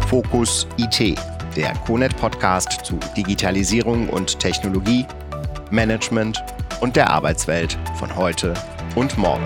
Fokus IT, der CONET-Podcast zu Digitalisierung und Technologie, Management und der Arbeitswelt von heute und morgen.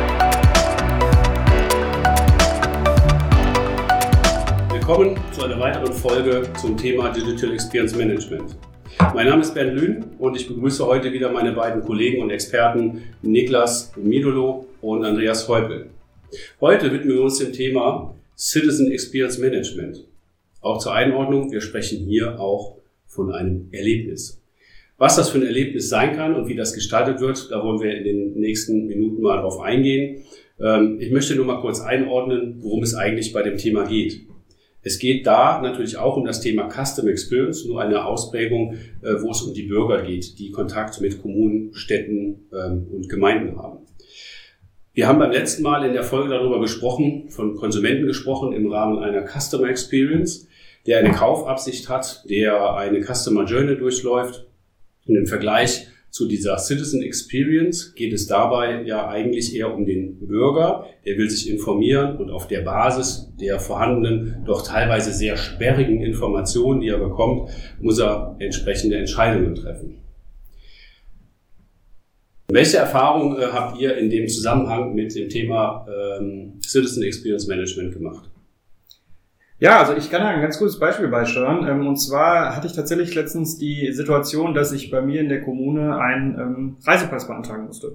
Willkommen zu einer weiteren Folge zum Thema Digital Experience Management. Mein Name ist Bernd Lühn und ich begrüße heute wieder meine beiden Kollegen und Experten Niklas Midolo und Andreas Heupel. Heute widmen wir uns dem Thema Citizen Experience Management. Auch zur Einordnung, wir sprechen hier auch von einem Erlebnis. Was das für ein Erlebnis sein kann und wie das gestaltet wird, da wollen wir in den nächsten Minuten mal drauf eingehen. Ich möchte nur mal kurz einordnen, worum es eigentlich bei dem Thema geht. Es geht da natürlich auch um das Thema Custom Experience, nur eine Ausprägung, wo es um die Bürger geht, die Kontakt mit Kommunen, Städten und Gemeinden haben. Wir haben beim letzten Mal in der Folge darüber gesprochen, von Konsumenten gesprochen im Rahmen einer Customer Experience, der eine Kaufabsicht hat, der eine Customer Journey durchläuft. Und im Vergleich zu dieser Citizen Experience geht es dabei ja eigentlich eher um den Bürger, der will sich informieren und auf der Basis der vorhandenen, doch teilweise sehr sperrigen Informationen, die er bekommt, muss er entsprechende Entscheidungen treffen. Welche Erfahrungen habt ihr in dem Zusammenhang mit dem Thema Citizen Experience Management gemacht? Ja, also ich kann da ein ganz gutes Beispiel beisteuern. Und zwar hatte ich tatsächlich letztens die Situation, dass ich bei mir in der Kommune einen Reisepass beantragen musste.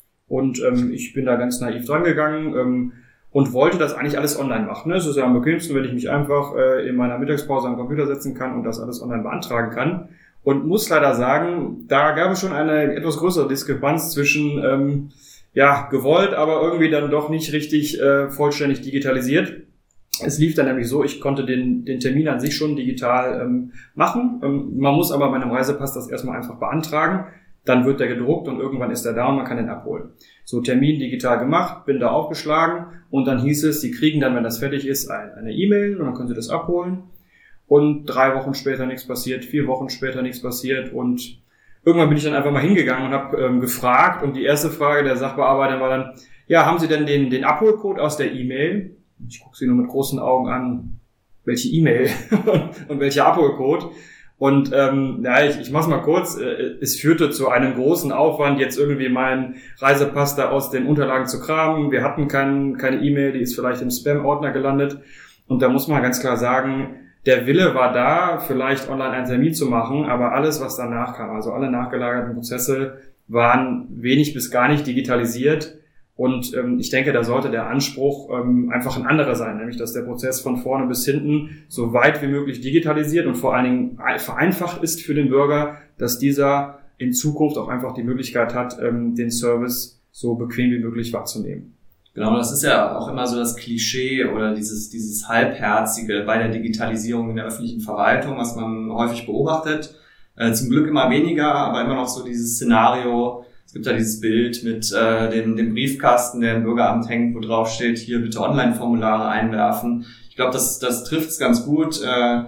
Und ich bin da ganz naiv dran gegangen und wollte das eigentlich alles online machen. Es ist ja am bequemsten, wenn ich mich einfach in meiner Mittagspause am Computer setzen kann und das alles online beantragen kann. Und muss leider sagen, da gab es schon eine etwas größere Diskrepanz zwischen gewollt, aber irgendwie dann doch nicht richtig vollständig digitalisiert. Es lief dann nämlich so, ich konnte den Termin an sich schon digital machen. Man muss aber bei einem Reisepass das erstmal einfach beantragen. Dann wird der gedruckt und irgendwann ist er da und man kann den abholen. So, Termin digital gemacht, bin da aufgeschlagen und dann hieß es, Sie kriegen dann, wenn das fertig ist, eine E-Mail und dann können Sie das abholen. Und 3 Wochen später nichts passiert, 4 Wochen später nichts passiert und irgendwann bin ich dann einfach mal hingegangen und habe gefragt und die erste Frage der Sachbearbeiter war dann, ja, haben Sie denn den Abholcode aus der E-Mail? Ich gucke sie nur mit großen Augen an, welche E-Mail und welcher Abholcode. Und ich mach's mal kurz. Es führte zu einem großen Aufwand, jetzt irgendwie meinen Reisepass da aus den Unterlagen zu kramen. Wir hatten keine E-Mail, die ist vielleicht im Spam-Ordner gelandet. Und da muss man ganz klar sagen, der Wille war da, vielleicht online einen Termin zu machen, aber alles, was danach kam, also alle nachgelagerten Prozesse, waren wenig bis gar nicht digitalisiert. Und ich denke, da sollte der Anspruch einfach ein anderer sein, nämlich dass der Prozess von vorne bis hinten so weit wie möglich digitalisiert und vor allen Dingen vereinfacht ist für den Bürger, dass dieser in Zukunft auch einfach die Möglichkeit hat, den Service so bequem wie möglich wahrzunehmen. Genau, das ist ja auch immer so das Klischee oder dieses Halbherzige bei der Digitalisierung in der öffentlichen Verwaltung, was man häufig beobachtet. Zum Glück immer weniger, aber immer noch so dieses Szenario. Es gibt ja dieses Bild mit dem Briefkasten, der im Bürgeramt hängt, wo drauf steht, hier bitte Online-Formulare einwerfen. Ich glaube, das trifft es ganz gut,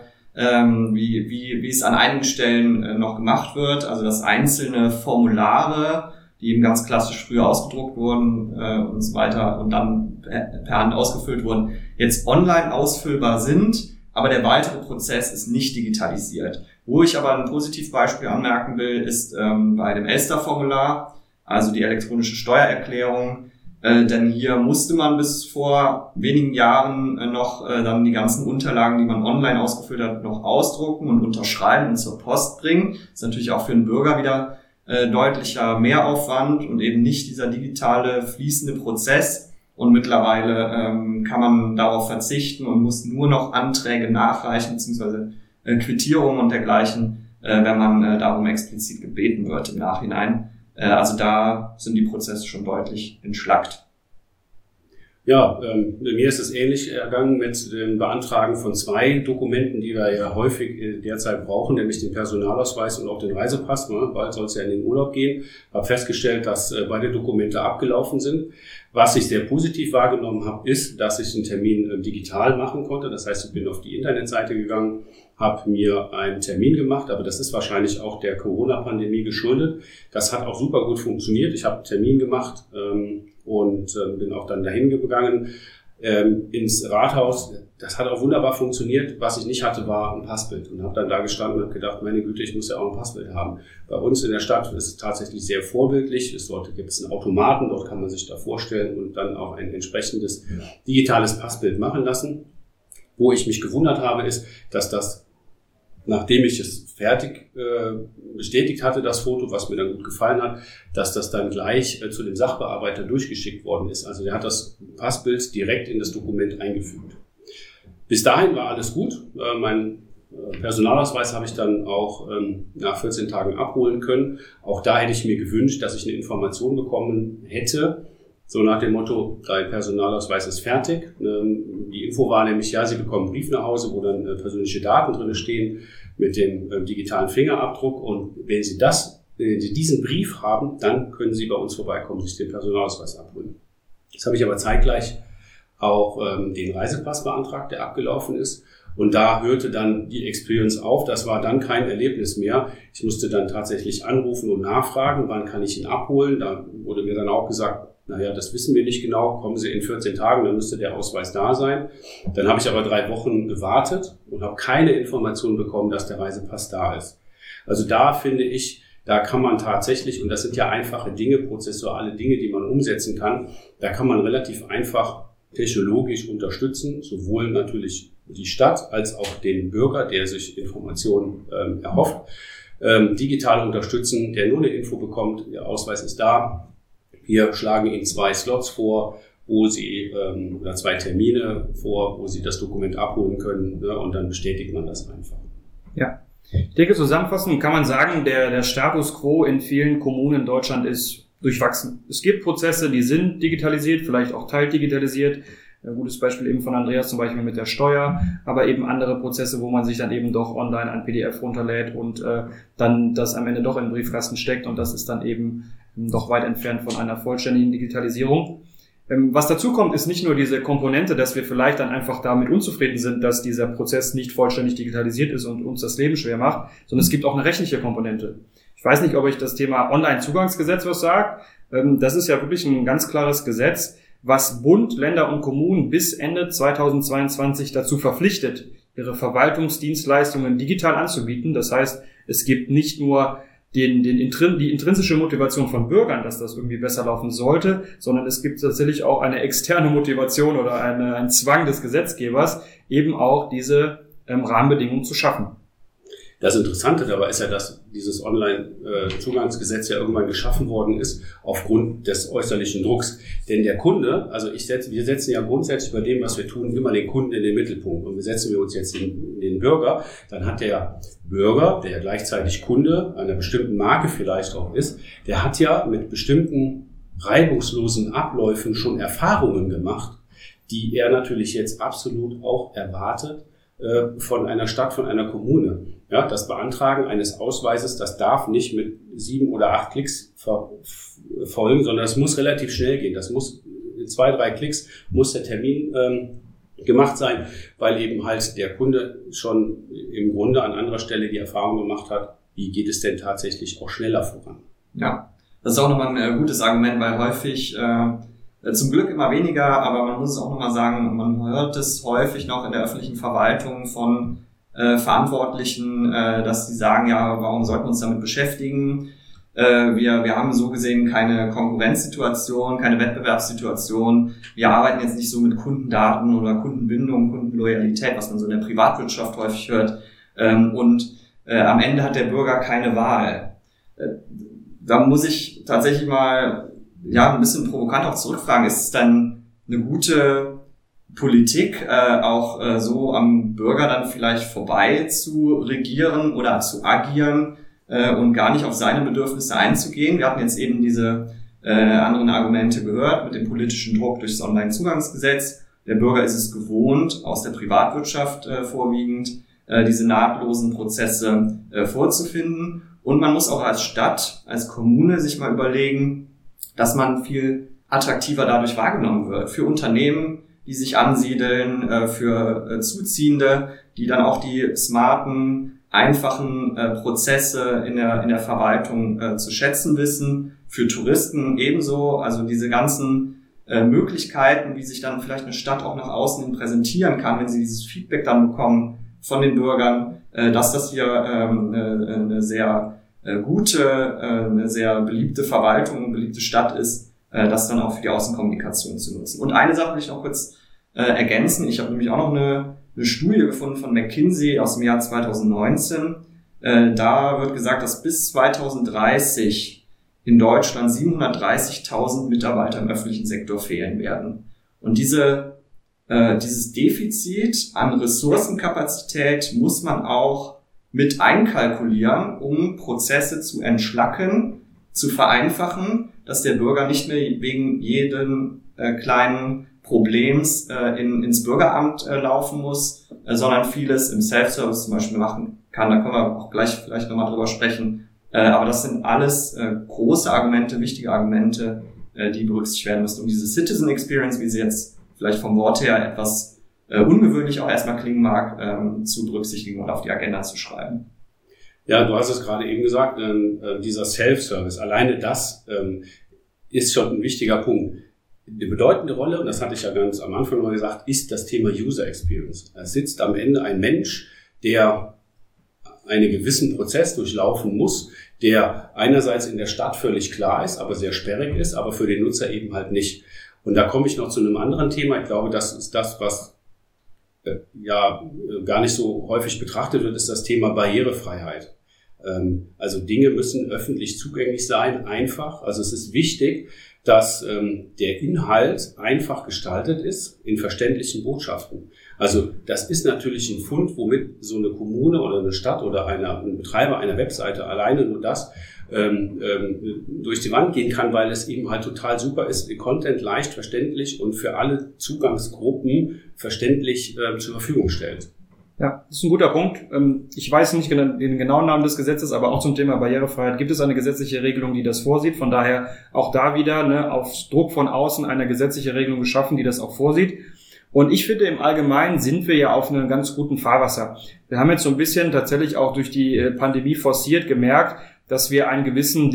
wie es an einigen Stellen noch gemacht wird. Also dass einzelne Formulare, die eben ganz klassisch früher ausgedruckt wurden und so weiter und dann per Hand ausgefüllt wurden, jetzt online ausfüllbar sind, aber der weitere Prozess ist nicht digitalisiert. Wo ich aber ein Positivbeispiel anmerken will, ist bei dem Elster-Formular, also die elektronische Steuererklärung, denn hier musste man bis vor wenigen Jahren noch dann die ganzen Unterlagen, die man online ausgefüllt hat, noch ausdrucken und unterschreiben und zur Post bringen. Das ist natürlich auch für den Bürger wieder deutlicher Mehraufwand und eben nicht dieser digitale, fließende Prozess. Und mittlerweile kann man darauf verzichten und muss nur noch Anträge nachreichen, beziehungsweise Quittierungen und dergleichen, wenn man darum explizit gebeten wird im Nachhinein. Also da sind die Prozesse schon deutlich entschlackt. Ja, mir ist es ähnlich ergangen mit dem Beantragen von 2 Dokumenten, die wir ja häufig derzeit brauchen, nämlich den Personalausweis und auch den Reisepass. Bald soll es ja in den Urlaub gehen. Habe festgestellt, dass beide Dokumente abgelaufen sind. Was ich sehr positiv wahrgenommen habe, ist, dass ich einen Termin digital machen konnte. Das heißt, ich bin auf die Internetseite gegangen, habe mir einen Termin gemacht, aber das ist wahrscheinlich auch der Corona-Pandemie geschuldet. Das hat auch super gut funktioniert. Ich habe einen Termin gemacht und bin auch dann dahin gegangen. ins Rathaus. Das hat auch wunderbar funktioniert. Was ich nicht hatte, war ein Passbild. Und habe dann da gestanden und habe gedacht, meine Güte, ich muss ja auch ein Passbild haben. Bei uns in der Stadt ist es tatsächlich sehr vorbildlich. Dort gibt es einen Automaten, dort kann man sich da vorstellen und dann auch ein entsprechendes digitales Passbild machen lassen. Wo ich mich gewundert habe, ist, dass das, nachdem ich es fertig bestätigt hatte, das Foto, was mir dann gut gefallen hat, dass das dann gleich zu dem Sachbearbeiter durchgeschickt worden ist. Also der hat das Passbild direkt in das Dokument eingefügt. Bis dahin war alles gut. Mein Personalausweis habe ich dann auch nach 14 Tagen abholen können. Auch da hätte ich mir gewünscht, dass ich eine Information bekommen hätte, so nach dem Motto, dein Personalausweis ist fertig. Die Info war nämlich, ja, Sie bekommen einen Brief nach Hause, wo dann persönliche Daten drin stehen mit dem digitalen Fingerabdruck. Und wenn Sie diesen Brief haben, dann können Sie bei uns vorbeikommen, sich den Personalausweis abholen. Jetzt habe ich aber zeitgleich auch den Reisepass beantragt, der abgelaufen ist. Und da hörte dann die Experience auf. Das war dann kein Erlebnis mehr. Ich musste dann tatsächlich anrufen und nachfragen, wann kann ich ihn abholen. Da wurde mir dann auch gesagt, naja, das wissen wir nicht genau. Kommen Sie in 14 Tagen, dann müsste der Ausweis da sein. Dann habe ich aber 3 Wochen gewartet und habe keine Information bekommen, dass der Reisepass da ist. Also da finde ich, da kann man tatsächlich, und das sind ja einfache Dinge, prozessuale Dinge, die man umsetzen kann, da kann man relativ einfach technologisch unterstützen, sowohl natürlich die Stadt als auch den Bürger, der sich Informationen erhofft, digital unterstützen, der nur eine Info bekommt, der Ausweis ist da. Wir schlagen Ihnen 2 Slots vor, wo Sie oder 2 Termine vor, wo Sie das Dokument abholen können, ne, und dann bestätigt man das einfach. Ja, ich denke, zusammenfassend kann man sagen, der Status quo in vielen Kommunen in Deutschland ist durchwachsen. Es gibt Prozesse, die sind digitalisiert, vielleicht auch teildigitalisiert. Ein gutes Beispiel eben von Andreas zum Beispiel mit der Steuer, aber eben andere Prozesse, wo man sich dann eben doch online ein PDF runterlädt und dann das am Ende doch in den Briefkasten steckt, und das ist dann eben doch weit entfernt von einer vollständigen Digitalisierung. Was dazu kommt, ist nicht nur diese Komponente, dass wir vielleicht dann einfach damit unzufrieden sind, dass dieser Prozess nicht vollständig digitalisiert ist und uns das Leben schwer macht, sondern es gibt auch eine rechtliche Komponente. Ich weiß nicht, ob euch das Thema Online-Zugangsgesetz was sagt. Das ist ja wirklich ein ganz klares Gesetz, was Bund, Länder und Kommunen bis Ende 2022 dazu verpflichtet, ihre Verwaltungsdienstleistungen digital anzubieten. Das heißt, es gibt nicht nur die intrinsische Motivation von Bürgern, dass das irgendwie besser laufen sollte, sondern es gibt tatsächlich auch eine externe Motivation oder einen Zwang des Gesetzgebers, eben auch diese Rahmenbedingungen zu schaffen. Das Interessante dabei ist ja, dass dieses Online-Zugangsgesetz ja irgendwann geschaffen worden ist aufgrund des äußerlichen Drucks. Denn der Kunde, also wir setzen ja grundsätzlich bei dem, was wir tun, immer den Kunden in den Mittelpunkt. Und setzen wir uns jetzt in den Bürger, dann hat der Bürger, der ja gleichzeitig Kunde einer bestimmten Marke vielleicht auch ist, der hat ja mit bestimmten reibungslosen Abläufen schon Erfahrungen gemacht, die er natürlich jetzt absolut auch erwartet von einer Stadt, von einer Kommune. Ja, das Beantragen eines Ausweises, das darf nicht mit 7 oder 8 Klicks folgen, sondern es muss relativ schnell gehen. Das muss in 2, 3 Klicks muss der Termin gemacht sein, weil eben halt der Kunde schon im Grunde an anderer Stelle die Erfahrung gemacht hat, wie geht es denn tatsächlich auch schneller voran. Ja, das ist auch nochmal ein gutes Argument, weil häufig zum Glück immer weniger, aber man muss es auch nochmal sagen, man hört es häufig noch in der öffentlichen Verwaltung von Verantwortlichen, dass sie sagen, ja, warum sollten wir uns damit beschäftigen? Wir haben so gesehen keine Konkurrenzsituation, keine Wettbewerbssituation. Wir arbeiten jetzt nicht so mit Kundendaten oder Kundenbindung, Kundenloyalität, was man so in der Privatwirtschaft häufig hört. Und am Ende hat der Bürger keine Wahl. Da muss ich tatsächlich mal ein bisschen provokant auch zurückfragen, ist es dann eine gute Politik, auch so am Bürger dann vielleicht vorbei zu regieren oder zu agieren und gar nicht auf seine Bedürfnisse einzugehen? Wir hatten jetzt eben diese anderen Argumente gehört mit dem politischen Druck durch das Onlinezugangsgesetz. Der Bürger ist es gewohnt, aus der Privatwirtschaft vorwiegend diese nahtlosen Prozesse vorzufinden. Und man muss auch als Stadt, als Kommune sich mal überlegen, dass man viel attraktiver dadurch wahrgenommen wird für Unternehmen, die sich ansiedeln, für Zuziehende, die dann auch die smarten, einfachen Prozesse in der Verwaltung zu schätzen wissen, für Touristen ebenso. Also diese ganzen Möglichkeiten, wie sich dann vielleicht eine Stadt auch nach außen hin präsentieren kann, wenn sie dieses Feedback dann bekommen von den Bürgern, dass das hier eine sehr gute, eine sehr beliebte Verwaltung, eine beliebte Stadt ist, das dann auch für die Außenkommunikation zu nutzen. Und eine Sache will ich noch kurz ergänzen. Ich habe nämlich auch noch eine Studie gefunden von McKinsey aus dem Jahr 2019. Da wird gesagt, dass bis 2030 in Deutschland 730.000 Mitarbeiter im öffentlichen Sektor fehlen werden. Und dieses Defizit an Ressourcenkapazität muss man auch mit einkalkulieren, um Prozesse zu entschlacken, zu vereinfachen, dass der Bürger nicht mehr wegen jedem kleinen Problems ins Bürgeramt laufen muss, sondern vieles im Self-Service zum Beispiel machen kann. Da können wir auch gleich vielleicht nochmal drüber sprechen. Aber das sind alles große Argumente, wichtige Argumente, die berücksichtigt werden müssen, um diese Citizen Experience, wie sie jetzt vielleicht vom Wort her etwas ungewöhnlich auch erstmal klingen mag, zu berücksichtigen und auf die Agenda zu schreiben. Ja, du hast es gerade eben gesagt, dieser Self-Service, alleine das ist schon ein wichtiger Punkt. Die bedeutende Rolle, und das hatte ich ja ganz am Anfang mal gesagt, ist das Thema User Experience. Da sitzt am Ende ein Mensch, der einen gewissen Prozess durchlaufen muss, der einerseits in der Stadt völlig klar ist, aber sehr sperrig ist, aber für den Nutzer eben halt nicht. Und da komme ich noch zu einem anderen Thema. Ich glaube, das ist das, was gar nicht so häufig betrachtet wird, ist das Thema Barrierefreiheit. Also Dinge müssen öffentlich zugänglich sein, einfach. Also es ist wichtig, dass der Inhalt einfach gestaltet ist in verständlichen Botschaften. Also das ist natürlich ein Fund, womit so eine Kommune oder eine Stadt oder ein Betreiber einer Webseite alleine nur das durch die Wand gehen kann, weil es eben halt total super ist, Content leicht verständlich und für alle Zugangsgruppen verständlich zur Verfügung stellt. Ja, das ist ein guter Punkt. Ich weiß nicht den genauen Namen des Gesetzes, aber auch zum Thema Barrierefreiheit gibt es eine gesetzliche Regelung, die das vorsieht. Von daher auch da wieder auf Druck von außen eine gesetzliche Regelung geschaffen, die das auch vorsieht. Und ich finde, im Allgemeinen sind wir ja auf einem ganz guten Fahrwasser. Wir haben jetzt so ein bisschen tatsächlich auch durch die Pandemie forciert gemerkt, dass wir einen gewissen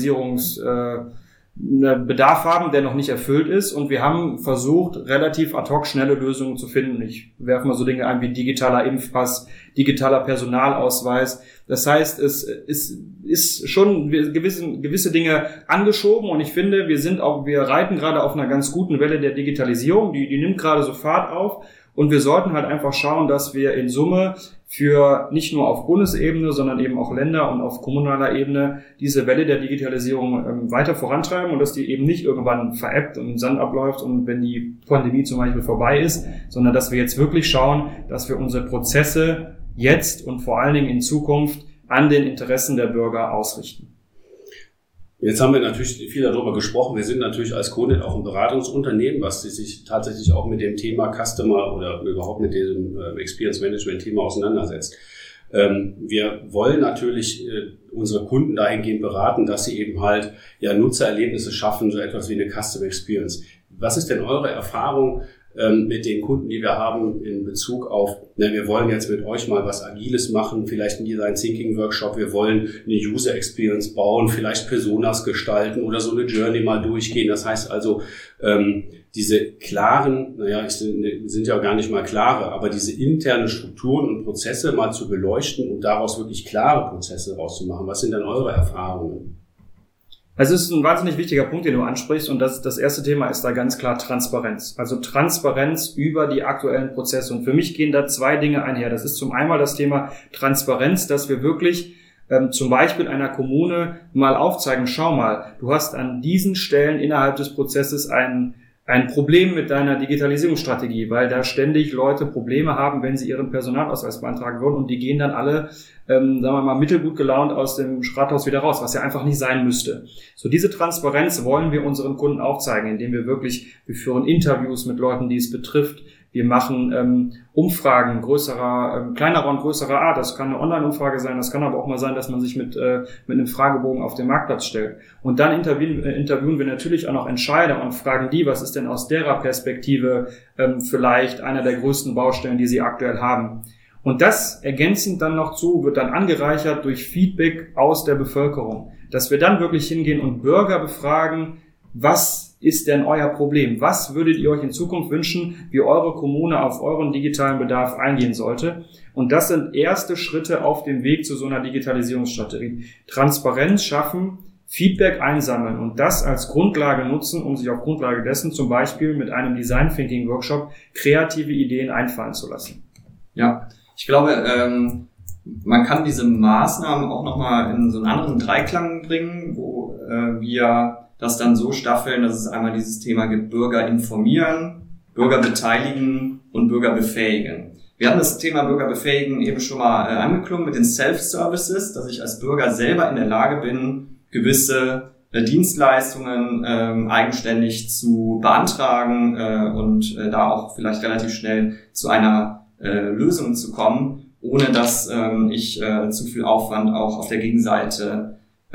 Digitalisierungsbedarf haben, der noch nicht erfüllt ist. Und wir haben versucht, relativ ad hoc schnelle Lösungen zu finden. Ich werfe mal so Dinge ein wie digitaler Impfpass, digitaler Personalausweis. Das heißt, es ist schon gewisse Dinge angeschoben. Und ich finde, wir reiten gerade auf einer ganz guten Welle der Digitalisierung. Die nimmt gerade so Fahrt auf. Und wir sollten halt einfach schauen, dass wir in Summe für nicht nur auf Bundesebene, sondern eben auch Länder und auf kommunaler Ebene diese Welle der Digitalisierung weiter vorantreiben und dass die eben nicht irgendwann verebbt und im Sand abläuft und wenn die Pandemie zum Beispiel vorbei ist, sondern dass wir jetzt wirklich schauen, dass wir unsere Prozesse jetzt und vor allen Dingen in Zukunft an den Interessen der Bürger ausrichten. Jetzt haben wir natürlich viel darüber gesprochen. Wir sind natürlich als CONET auch ein Beratungsunternehmen, was sich tatsächlich auch mit dem Thema Customer oder überhaupt mit diesem Experience Management Thema auseinandersetzt. Wir wollen natürlich unsere Kunden dahingehend beraten, dass sie eben halt Nutzererlebnisse schaffen, so etwas wie eine Customer Experience. Was ist denn eure Erfahrung mit den Kunden, die wir haben in Bezug auf, wir wollen jetzt mit euch mal was Agiles machen, vielleicht einen Design Thinking Workshop, wir wollen eine User Experience bauen, vielleicht Personas gestalten oder so eine Journey mal durchgehen. Das heißt also, diese klaren, sind ja gar nicht mal klare, aber diese interne Strukturen und Prozesse mal zu beleuchten und daraus wirklich klare Prozesse rauszumachen. Was sind denn eure Erfahrungen? Also es ist ein wahnsinnig wichtiger Punkt, den du ansprichst und das erste Thema ist da ganz klar Transparenz. Also Transparenz über die aktuellen Prozesse und für mich gehen da zwei Dinge einher. Das ist zum einen das Thema Transparenz, dass wir wirklich zum Beispiel einer Kommune mal aufzeigen, schau mal, du hast an diesen Stellen innerhalb des Prozesses ein Problem mit deiner Digitalisierungsstrategie, weil da ständig Leute Probleme haben, wenn sie ihren Personalausweis beantragen wollen und die gehen dann alle, sagen wir mal, mittelgut gelaunt aus dem Rathaus wieder raus, was ja einfach nicht sein müsste. So diese Transparenz wollen wir unseren Kunden aufzeigen, indem wir führen Interviews mit Leuten, die es betrifft. Wir machen Umfragen kleinerer und größerer Art. Das kann eine Online-Umfrage sein, das kann aber auch mal sein, dass man sich mit einem Fragebogen auf den Marktplatz stellt. Und dann interviewen wir natürlich auch noch Entscheider und fragen die, was ist denn aus derer Perspektive vielleicht einer der größten Baustellen, die sie aktuell haben. Und das ergänzend dann noch wird dann angereichert durch Feedback aus der Bevölkerung. Dass wir dann wirklich hingehen und Bürger befragen, was ist denn euer Problem? Was würdet ihr euch in Zukunft wünschen, wie eure Kommune auf euren digitalen Bedarf eingehen sollte? Und das sind erste Schritte auf dem Weg zu so einer Digitalisierungsstrategie. Transparenz schaffen, Feedback einsammeln und das als Grundlage nutzen, um sich auf Grundlage dessen zum Beispiel mit einem Design Thinking Workshop kreative Ideen einfallen zu lassen. Ja, ich glaube, man kann diese Maßnahmen auch nochmal in so einen anderen Dreiklang bringen, wo wir das dann so staffeln, dass es einmal dieses Thema gibt: Bürger informieren, Bürger beteiligen und Bürger befähigen. Wir hatten das Thema Bürger befähigen eben schon mal angeklungen mit den Self-Services, dass ich als Bürger selber in der Lage bin, gewisse Dienstleistungen eigenständig zu beantragen und da auch vielleicht relativ schnell zu einer Lösung zu kommen, ohne dass ich zu viel Aufwand auch auf der Gegenseite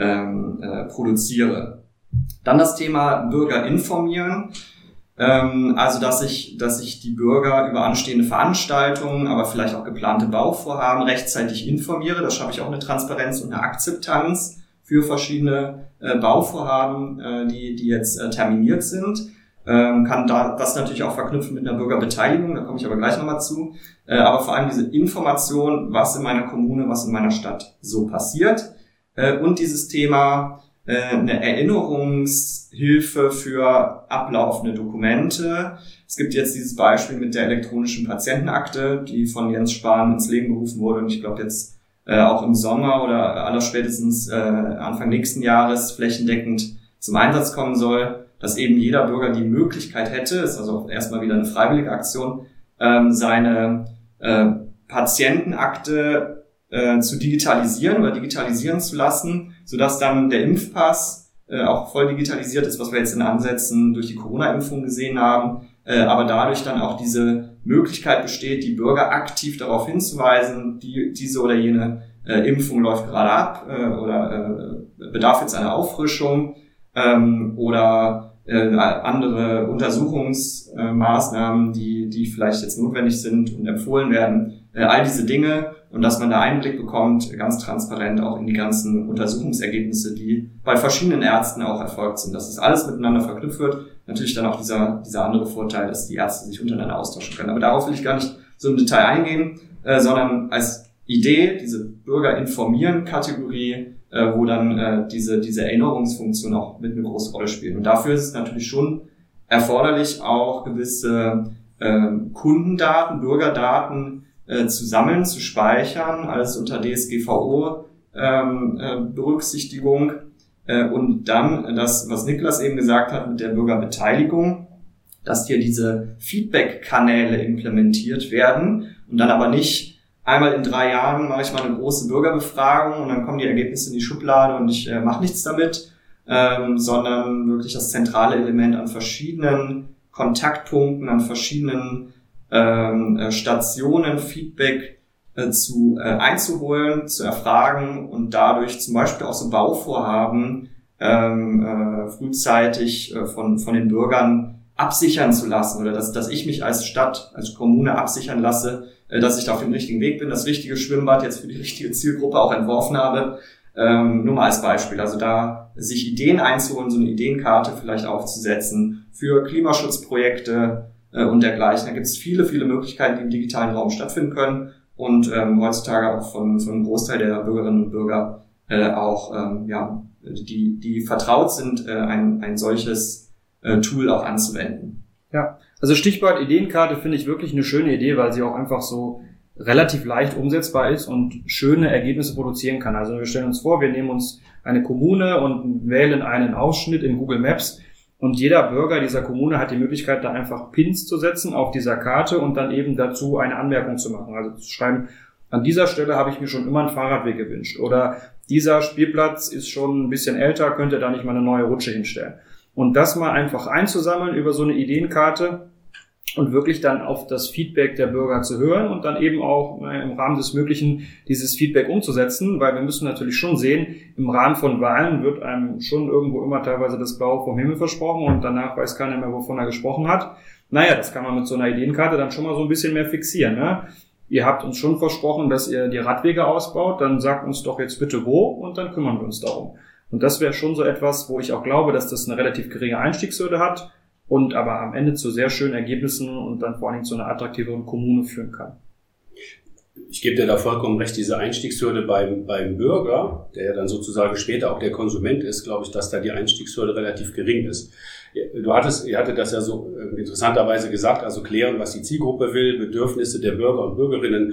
produziere. Dann das Thema Bürger informieren. Also dass ich die Bürger über anstehende Veranstaltungen, aber vielleicht auch geplante Bauvorhaben rechtzeitig informiere. Da schaffe ich auch eine Transparenz und eine Akzeptanz für verschiedene Bauvorhaben, die jetzt terminiert sind. Kann das natürlich auch verknüpfen mit einer Bürgerbeteiligung, da komme ich aber gleich nochmal zu. Aber vor allem diese Information, was in meiner Kommune, was in meiner Stadt so passiert. Und dieses Thema eine Erinnerungshilfe für ablaufende Dokumente. Es gibt jetzt dieses Beispiel mit der elektronischen Patientenakte, die von Jens Spahn ins Leben gerufen wurde und ich glaube jetzt auch im Sommer oder allerspätestens Anfang nächsten Jahres flächendeckend zum Einsatz kommen soll, dass eben jeder Bürger die Möglichkeit hätte, ist also erstmal wieder eine freiwillige Aktion, seine Patientenakte zu digitalisieren oder digitalisieren zu lassen, sodass dann der Impfpass auch voll digitalisiert ist, was wir jetzt in Ansätzen durch die Corona-Impfung gesehen haben, aber dadurch dann auch diese Möglichkeit besteht, die Bürger aktiv darauf hinzuweisen, diese oder jene Impfung läuft gerade ab oder bedarf jetzt einer Auffrischung oder andere Untersuchungsmaßnahmen, die vielleicht jetzt notwendig sind und empfohlen werden. All diese Dinge und dass man da Einblick bekommt, ganz transparent auch in die ganzen Untersuchungsergebnisse, die bei verschiedenen Ärzten auch erfolgt sind. Dass das alles miteinander verknüpft wird. Natürlich dann auch dieser andere Vorteil, dass die Ärzte sich untereinander austauschen können. Aber darauf will ich gar nicht so im Detail eingehen, sondern als Idee, diese Bürger-informieren-Kategorie, wo dann diese Erinnerungsfunktion auch mit eine große Rolle spielt. Und dafür ist es natürlich schon erforderlich, auch gewisse Kundendaten, Bürgerdaten zu sammeln, zu speichern, alles unter DSGVO Berücksichtigung und dann das, was Niklas eben gesagt hat mit der Bürgerbeteiligung, dass hier diese Feedback-Kanäle implementiert werden und dann aber nicht einmal in 3 Jahren mache ich mal eine große Bürgerbefragung und dann kommen die Ergebnisse in die Schublade und ich mache nichts damit, sondern wirklich das zentrale Element an verschiedenen Kontaktpunkten, an verschiedenen Stationen Feedback einzuholen, zu erfragen und dadurch zum Beispiel auch so Bauvorhaben frühzeitig von den Bürgern absichern zu lassen oder dass ich mich als Stadt, als Kommune absichern lasse, dass ich da auf dem richtigen Weg bin, das richtige Schwimmbad jetzt für die richtige Zielgruppe auch entworfen habe. Nur mal als Beispiel. Also da sich Ideen einzuholen, so eine Ideenkarte vielleicht aufzusetzen für Klimaschutzprojekte und dergleichen. Da gibt es viele, viele Möglichkeiten, die im digitalen Raum stattfinden können und heutzutage auch von einem Großteil der Bürgerinnen und Bürger die vertraut sind, ein solches Tool auch anzuwenden. Ja, also Stichwort Ideenkarte finde ich wirklich eine schöne Idee, weil sie auch einfach so relativ leicht umsetzbar ist und schöne Ergebnisse produzieren kann. Also wir stellen uns vor, wir nehmen uns eine Kommune und wählen einen Ausschnitt in Google Maps und jeder Bürger dieser Kommune hat die Möglichkeit, da einfach Pins zu setzen auf dieser Karte und dann eben dazu eine Anmerkung zu machen. Also zu schreiben, an dieser Stelle habe ich mir schon immer einen Fahrradweg gewünscht oder dieser Spielplatz ist schon ein bisschen älter, könnte da nicht mal eine neue Rutsche hinstellen. Und das mal einfach einzusammeln über so eine Ideenkarte und wirklich dann auf das Feedback der Bürger zu hören und dann eben auch im Rahmen des Möglichen dieses Feedback umzusetzen, weil wir müssen natürlich schon sehen, im Rahmen von Wahlen wird einem schon irgendwo immer teilweise das Blaue vom Himmel versprochen und danach weiß keiner mehr, wovon er gesprochen hat. Naja, das kann man mit so einer Ideenkarte dann schon mal so ein bisschen mehr fixieren, ne? Ihr habt uns schon versprochen, dass ihr die Radwege ausbaut, dann sagt uns doch jetzt bitte wo und dann kümmern wir uns darum. Und das wäre schon so etwas, wo ich auch glaube, dass das eine relativ geringe Einstiegshürde hat und aber am Ende zu sehr schönen Ergebnissen und dann vor allen Dingen zu einer attraktiveren Kommune führen kann. Ich gebe dir da vollkommen recht, diese Einstiegshürde beim Bürger, der ja dann sozusagen später auch der Konsument ist, glaube ich, dass da die Einstiegshürde relativ gering ist. Ihr hattet das ja so interessanterweise gesagt, also klären, was die Zielgruppe will, Bedürfnisse der Bürger und Bürgerinnen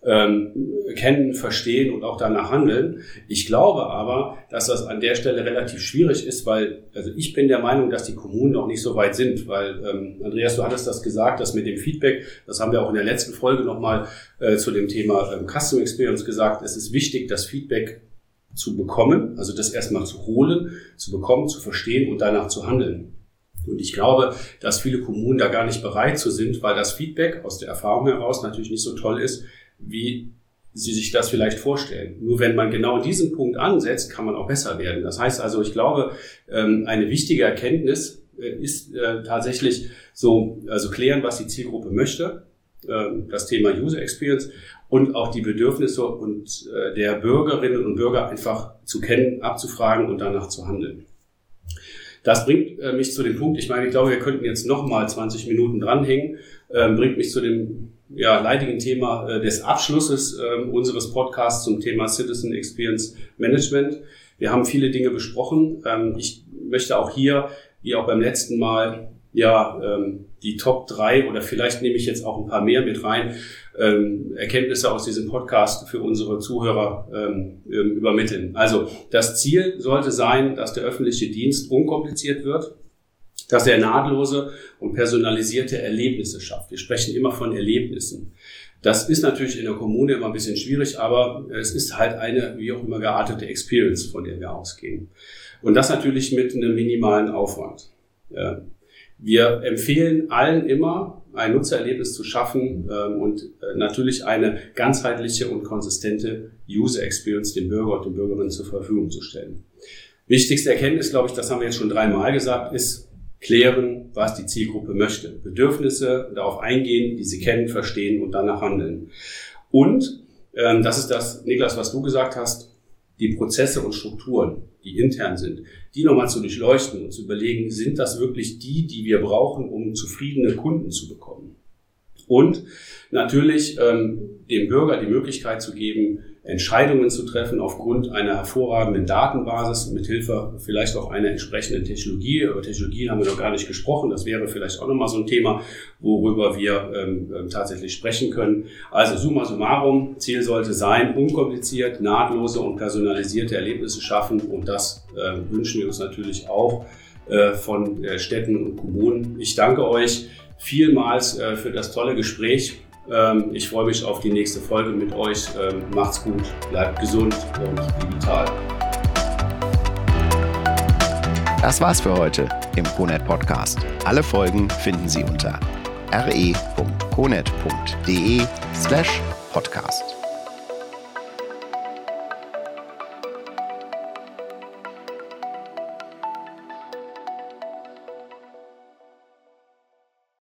kennen, verstehen und auch danach handeln. Ich glaube aber, dass das an der Stelle relativ schwierig ist, weil, also ich bin der Meinung, dass die Kommunen noch nicht so weit sind, weil, Andreas, du hattest das gesagt, das mit dem Feedback, das haben wir auch in der letzten Folge nochmal zu dem Thema Customer Experience gesagt. Es ist wichtig, das Feedback zu bekommen, also das erstmal zu holen, zu bekommen, zu verstehen und danach zu handeln. Und ich glaube, dass viele Kommunen da gar nicht bereit zu sind, weil das Feedback aus der Erfahrung heraus natürlich nicht so toll ist, wie sie sich das vielleicht vorstellen. Nur wenn man genau diesen Punkt ansetzt, kann man auch besser werden. Das heißt also, ich glaube, eine wichtige Erkenntnis ist tatsächlich so, also klären, was die Zielgruppe möchte, das Thema User Experience und auch die Bedürfnisse und der Bürgerinnen und Bürger einfach zu kennen, abzufragen und danach zu handeln. Das bringt mich zu dem Punkt, ich glaube, wir könnten jetzt nochmal 20 Minuten dranhängen, bringt mich zu dem leidigen Thema des Abschlusses unseres Podcasts zum Thema Citizen Experience Management. Wir haben viele Dinge besprochen. Ich möchte auch hier, wie auch beim letzten Mal, die Top 3 oder vielleicht nehme ich jetzt auch ein paar mehr mit rein, Erkenntnisse aus diesem Podcast für unsere Zuhörer übermitteln. Also das Ziel sollte sein, dass der öffentliche Dienst unkompliziert wird, dass er nahtlose und personalisierte Erlebnisse schafft. Wir sprechen immer von Erlebnissen. Das ist natürlich in der Kommune immer ein bisschen schwierig, aber es ist halt eine, wie auch immer, geartete Experience, von der wir ausgehen. Und das natürlich mit einem minimalen Aufwand. Wir empfehlen allen immer, ein Nutzererlebnis zu schaffen und natürlich eine ganzheitliche und konsistente User Experience dem Bürger und den Bürgerinnen zur Verfügung zu stellen. Wichtigste Erkenntnis, glaube ich, das haben wir jetzt schon 3-mal gesagt, ist klären, was die Zielgruppe möchte. Bedürfnisse, darauf eingehen, die sie kennen, verstehen und danach handeln. Und das ist das, Niklas, was du gesagt hast, die Prozesse und Strukturen, die intern sind, die nochmal zu durchleuchten und zu überlegen, sind das wirklich die wir brauchen, um zufriedene Kunden zu bekommen? Und natürlich dem Bürger die Möglichkeit zu geben, Entscheidungen zu treffen aufgrund einer hervorragenden Datenbasis, mithilfe vielleicht auch einer entsprechenden Technologie. Über Technologien haben wir noch gar nicht gesprochen. Das wäre vielleicht auch nochmal so ein Thema, worüber wir tatsächlich sprechen können. Also summa summarum, Ziel sollte sein, unkompliziert, nahtlose und personalisierte Erlebnisse schaffen. Und das wünschen wir uns natürlich auch von Städten und Kommunen. Ich danke euch vielmals für das tolle Gespräch. Ich freue mich auf die nächste Folge mit euch. Macht's gut, bleibt gesund und digital. Das war's für heute im CONET Podcast. Alle Folgen finden Sie unter re.conet.de/podcast.